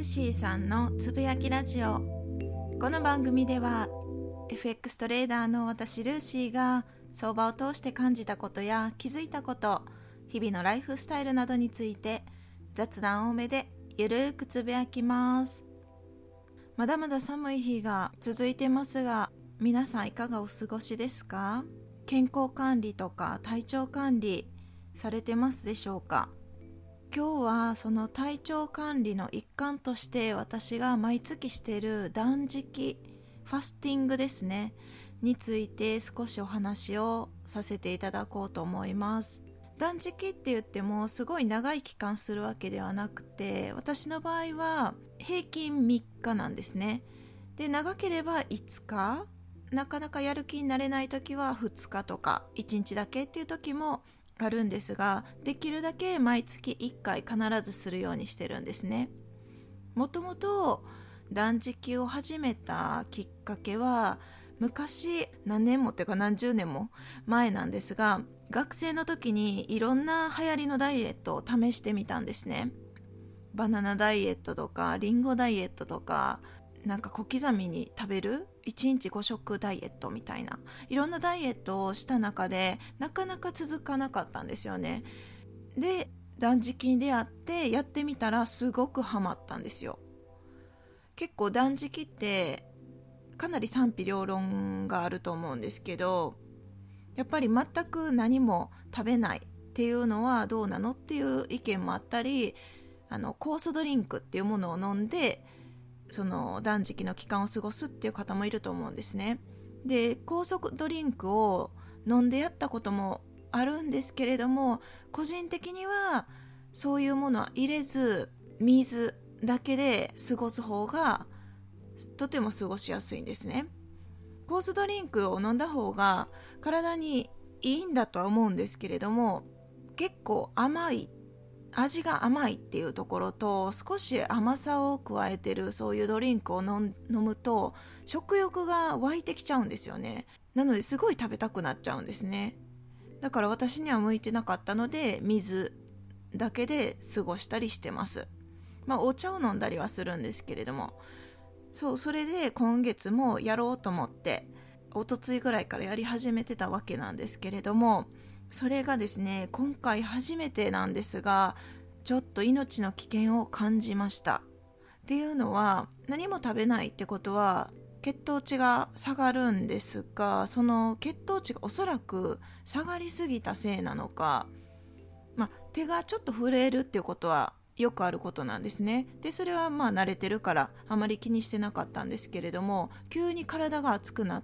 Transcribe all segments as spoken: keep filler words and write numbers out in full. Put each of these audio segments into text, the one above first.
シーさんのつぶやきラジオ。この番組では エフエックス トレーダーの私ルーシーが相場を通して感じたことや気づいたこと、日々のライフスタイルなどについて雑談多めでゆるーくつぶやきます。まだまだ寒い日が続いてますが、皆さんいかがお過ごしですか？健康管理とか体調管理されてますでしょうか？今日はその体調管理の一環として私が毎月している断食、ファスティングですねについて少しお話をさせていただこうと思います。断食って言ってもすごい長い期間するわけではなくて、私の場合は平均みっかなんですね。で、長ければいつか、なかなかやる気になれない時はふつかとかいちにちだけっていう時もあるんですが、できるだけ毎月いっかい必ずするようにしてるんですね。もともと断食を始めたきっかけは昔、何年もっていうか何十年も前なんですが、学生の時にいろんな流行りのダイエットを試してみたんですね。バナナダイエットとかリンゴダイエットとか、なんか小刻みに食べるいちにちご食ダイエットみたいな、いろんなダイエットをした中でなかなか続かなかったんですよね。で、断食に出会ってやってみたらすごくハマったんですよ。結構断食ってかなり賛否両論があると思うんですけど、やっぱり全く何も食べないっていうのはどうなのっていう意見もあったり、あの酵素ドリンクっていうものを飲んでその断食の期間を過ごすっていう方もいると思うんですね。で、酵素ドリンクを飲んでやったこともあるんですけれども、個人的にはそういうものは入れず水だけで過ごす方がとても過ごしやすいんですね。酵素ドリンクを飲んだ方が体にいいんだとは思うんですけれども、結構甘い、味が甘いっていうところと少し甘さを加えてるそういうドリンクを飲むと食欲が湧いてきちゃうんですよね。なのですごい食べたくなっちゃうんですね。だから私には向いてなかったので水だけで過ごしたりしてます。まあお茶を飲んだりはするんですけれども、そうそれで今月もやろうと思って一昨日ぐらいからやり始めてたわけなんですけれども、それがですね、今回初めてなんですが、ちょっと命の危険を感じました。っていうのは、何も食べないってことは血糖値が下がるんですが、その血糖値がおそらく下がりすぎたせいなのか、まあ、手がちょっと震えるっていうことはよくあることなんですね。で、それはまあ慣れてるからあまり気にしてなかったんですけれども、急に体が熱くなって、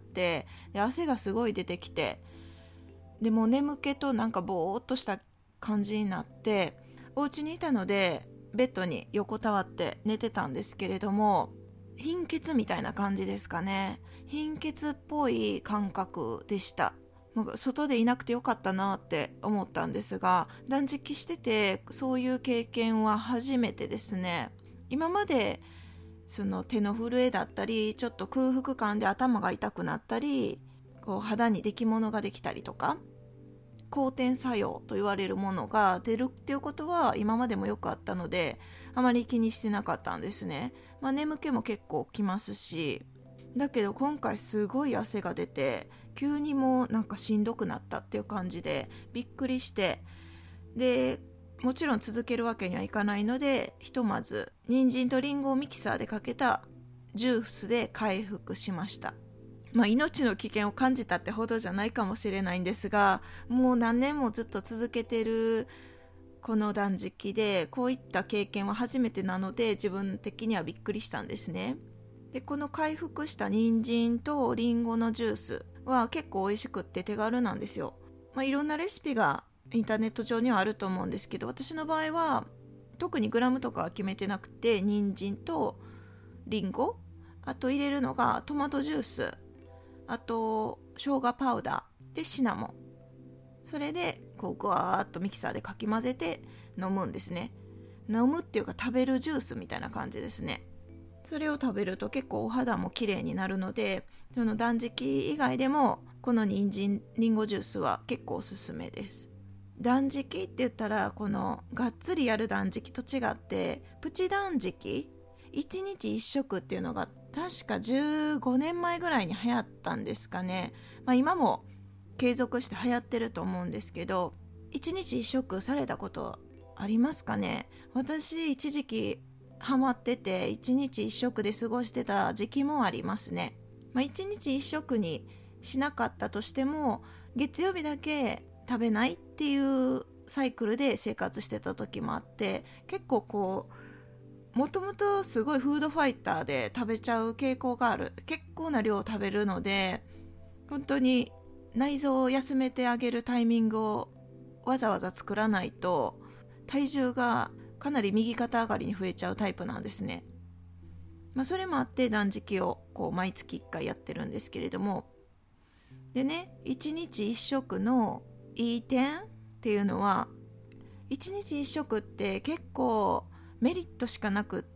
で汗がすごい出てきて、でもう眠気となんかぼーっとした感じになって、お家にいたのでベッドに横たわって寝てたんですけれども、貧血みたいな感じですかね。貧血っぽい感覚でした。外でいなくてよかったなって思ったんですが、断食しててそういう経験は初めてですね。今までその手の震えだったり、ちょっと空腹感で頭が痛くなったり、こう肌に出来物ができたりとか、好転作用と言われるものが出るっていうことは今までもよくあったので、あまり気にしてなかったんですね。まあ、眠気も結構きますし、だけど今回すごい汗が出て、急にもうなんかしんどくなったっていう感じでびっくりして、でもちろん続けるわけにはいかないので、ひとまず人参とリンゴをミキサーでかけたジュースで回復しました。まあ、命の危険を感じたってほどじゃないかもしれないんですが、もう何年もずっと続けてるこの断食でこういった経験は初めてなので、自分的にはびっくりしたんですね。で、この回復した人参とリンゴのジュースは結構美味しくって手軽なんですよ。まあ、いろんなレシピがインターネット上にはあると思うんですけど、私の場合は特にグラムとかは決めてなくて、人参とリンゴ、あと入れるのがトマトジュース、あと生姜パウダーでシナモン、それでこうグワーッとミキサーでかき混ぜて飲むんですね。飲むっていうか食べるジュースみたいな感じですね。それを食べると結構お肌も綺麗になるので、その断食以外でもこの人参リンゴジュースは結構おすすめです。断食って言ったら、このがっつりやる断食と違ってプチ断食、 いちにちいっ食っていうのが確かじゅうごねんまえぐらいに流行ったんですかね。まあ、今も継続して流行ってると思うんですけど、いちにちいっ食されたことありますかね。私一時期ハマってていちにちいっ食で過ごしてた時期もありますね。まあ、いちにちいっ食にしなかったとしても月曜日だけ食べないっていうサイクルで生活してた時もあって、結構こうもともとすごいフードファイターで食べちゃう傾向がある、結構な量を食べるので、本当に内臓を休めてあげるタイミングをわざわざ作らないと体重がかなり右肩上がりに増えちゃうタイプなんですね。まあ、それもあって断食をこう毎月いっかいやってるんですけれども、でね、いちにちいっ食のいい点っていうのは、いちにちいっ食って結構メリットしかなくって、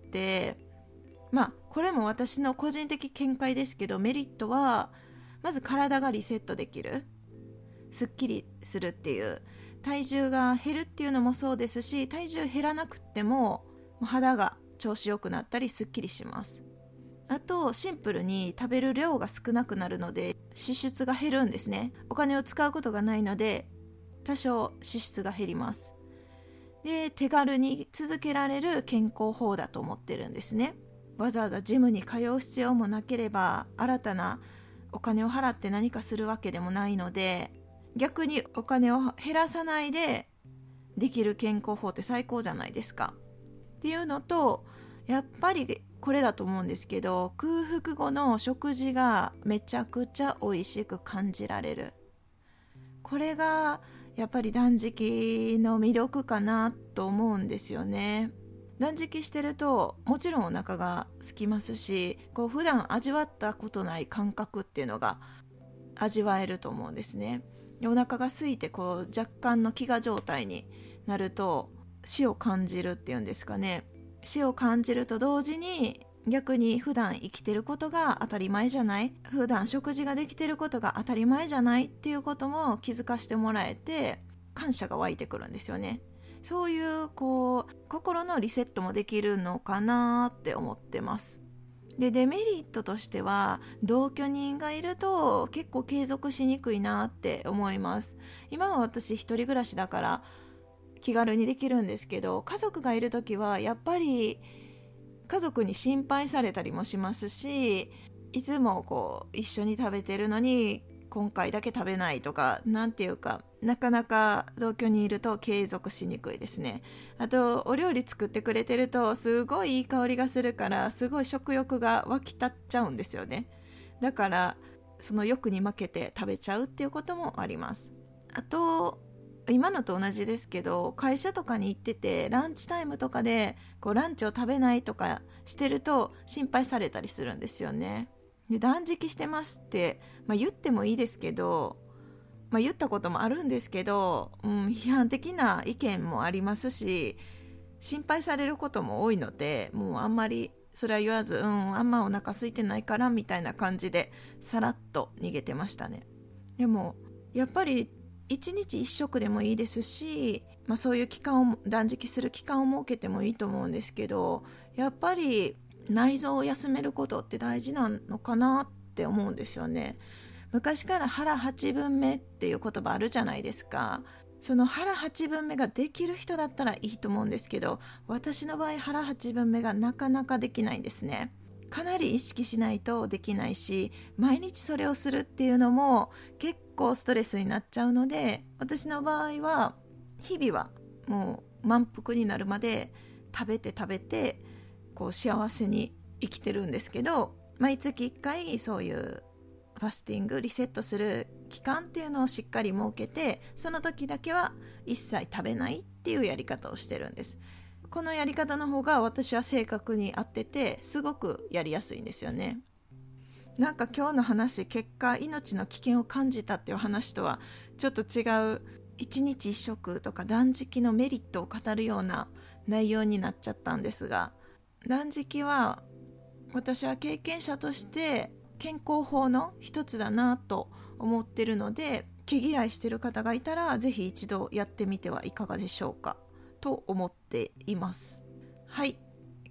まあこれも私の個人的見解ですけど、メリットはまず体がリセットできる、すっきりするっていう、体重が減るっていうのもそうですし、体重減らなくっても肌が調子良くなったりすっきりします。あとシンプルに食べる量が少なくなるので支出が減るんですね。お金を使うことがないので多少支出が減ります。で、手軽に続けられる健康法だと思ってるんですね。わざわざジムに通う必要もなければ、新たなお金を払って何かするわけでもないので、逆にお金を減らさないでできる健康法って最高じゃないですかっていうのと、やっぱりこれだと思うんですけど、空腹後の食事がめちゃくちゃ美味しく感じられる、これがやっぱり断食の魅力かなと思うんですよね。断食してるともちろんお腹が空きますし、こう普段味わったことない感覚っていうのが味わえると思うんですね。お腹が空いてこう若干の飢餓状態になると死を感じるっていうんですかね。死を感じると同時に逆に普段生きてることが当たり前じゃない、普段食事ができてることが当たり前じゃないっていうことも気づかせてもらえて、感謝が湧いてくるんですよね。そういうこう心のリセットもできるのかなって思ってます。で、デメリットとしては同居人がいると結構継続しにくいなって思います。今は私一人暮らしだから気軽にできるんですけど、家族がいるときはやっぱり家族に心配されたりもしますし、いつもこう一緒に食べてるのに今回だけ食べないとか、なんていうかなかなか同居にいると継続しにくいですね。あとお料理作ってくれてるとすごいいい香りがするから、すごい食欲が湧き立っちゃうんですよね。だからその欲に負けて食べちゃうっていうこともあります。あと今のと同じですけど、会社とかに行っててランチタイムとかでこうランチを食べないとかしてると心配されたりするんですよね。で、断食してますって、まあ、言ってもいいですけど、まあ、言ったこともあるんですけど、うん、批判的な意見もありますし、心配されることも多いので、もうあんまりそれは言わず、うん、あんまお腹空いてないからみたいな感じでさらっと逃げてましたね。でもやっぱりいちにちいっ食でもいいですし、まあ、そういう期間を断食する期間を設けてもいいと思うんですけど、やっぱり内臓を休めることって大事なのかなって思うんですよね。昔から腹はちぶんめっていう言葉あるじゃないですか。その腹はちぶんめができる人だったらいいと思うんですけど、私の場合腹はちぶんめがなかなかできないんですね。かなり意識しないとできないし、毎日それをするっていうのも結構ストレスになっちゃうので、私の場合は日々はもう満腹になるまで食べて食べてこう幸せに生きてるんですけど、毎月いっかいそういうファスティングリセットする期間っていうのをしっかり設けて、その時だけは一切食べないっていうやり方をしてるんです。このやり方の方が私は性格に合っててすごくやりやすいんですよね。なんか今日の話、結果命の危険を感じたっていう話とはちょっと違う、いちにちいっ食とか断食のメリットを語るような内容になっちゃったんですが、断食は私は経験者として健康法の一つだなと思ってるので、毛嫌いしてる方がいたらぜひ一度やってみてはいかがでしょうかと思っています。はい、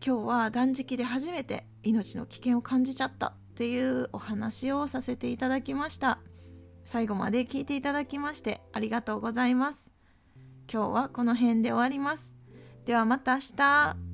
今日は断食で初めて命の危険を感じちゃったっていうお話をさせていただきました。最後まで聞いていただきましてありがとうございます。今日はこの辺で終わります。ではまた明日。